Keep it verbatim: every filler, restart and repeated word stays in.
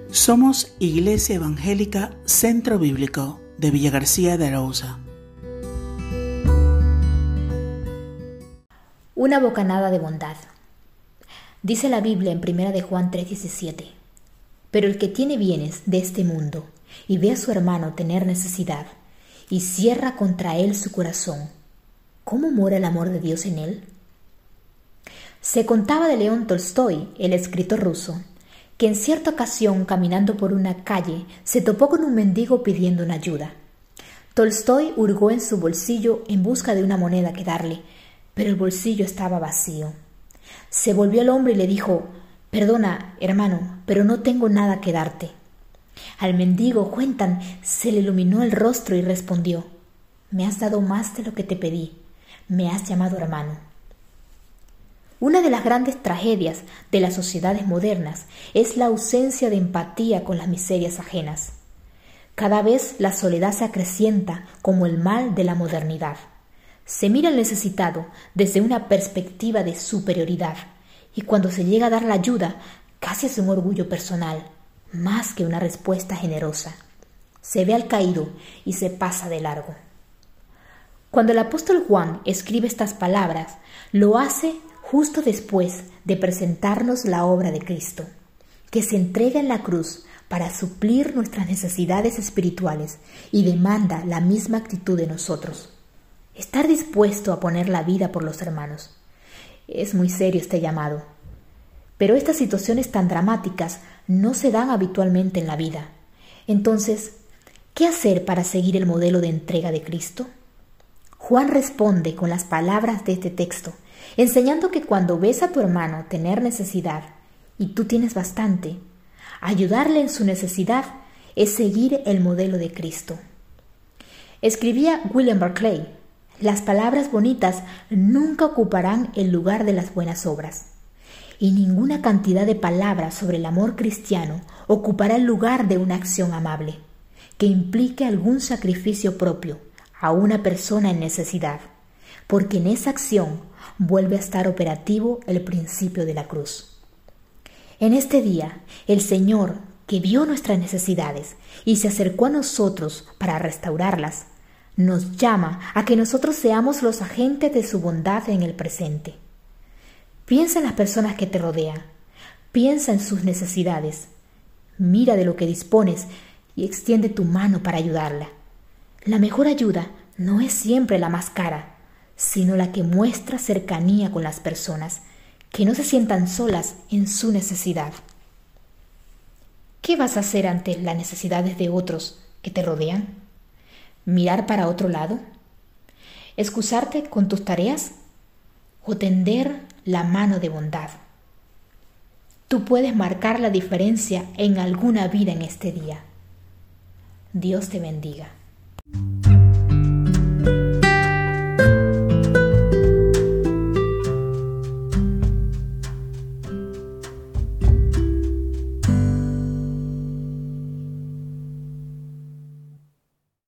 Somos Iglesia Evangélica Centro Bíblico de Villa García de Arousa. Una bocanada de bondad. Dice la Biblia en primera de Juan tres diecisiete: Pero el que tiene bienes de este mundo y ve a su hermano tener necesidad y cierra contra él su corazón, ¿cómo mora el amor de Dios en él? Se contaba de León Tolstoy, el escritor ruso, que en cierta ocasión, caminando por una calle, se topó con un mendigo pidiendo una ayuda. Tolstoy hurgó en su bolsillo en busca de una moneda que darle, pero el bolsillo estaba vacío. Se volvió al hombre y le dijo: «Perdona, hermano, pero no tengo nada que darte». Al mendigo, cuentan, se le iluminó el rostro y respondió: «Me has dado más de lo que te pedí, me has llamado hermano». Una de las grandes tragedias de las sociedades modernas es la ausencia de empatía con las miserias ajenas. Cada vez la soledad se acrecienta como el mal de la modernidad. Se mira al necesitado desde una perspectiva de superioridad y cuando se llega a dar la ayuda, casi es un orgullo personal, más que una respuesta generosa. Se ve al caído y se pasa de largo. Cuando el apóstol Juan escribe estas palabras, lo hace justo después de presentarnos la obra de Cristo, que se entrega en la cruz para suplir nuestras necesidades espirituales y demanda la misma actitud de nosotros. Estar dispuesto a poner la vida por los hermanos. Es muy serio este llamado. Pero estas situaciones tan dramáticas no se dan habitualmente en la vida. Entonces, ¿qué hacer para seguir el modelo de entrega de Cristo? Juan responde con las palabras de este texto, enseñando que cuando ves a tu hermano tener necesidad y tú tienes bastante, ayudarle en su necesidad es seguir el modelo de Cristo. Escribía William Barclay: las palabras bonitas nunca ocuparán el lugar de las buenas obras, y ninguna cantidad de palabras sobre el amor cristiano ocupará el lugar de una acción amable, que implique algún sacrificio propio a una persona en necesidad, porque en esa acción vuelve a estar operativo el principio de la cruz. En este día, el Señor, que vio nuestras necesidades y se acercó a nosotros para restaurarlas, nos llama a que nosotros seamos los agentes de su bondad en el presente. Piensa en las personas que te rodean, piensa en sus necesidades, mira de lo que dispones y extiende tu mano para ayudarla. La mejor ayuda no es siempre la más cara, sino la que muestra cercanía con las personas, que no se sientan solas en su necesidad. ¿Qué vas a hacer ante las necesidades de otros que te rodean? ¿Mirar para otro lado? ¿Excusarte con tus tareas? ¿O tender la mano de bondad? Tú puedes marcar la diferencia en alguna vida en este día. Dios te bendiga.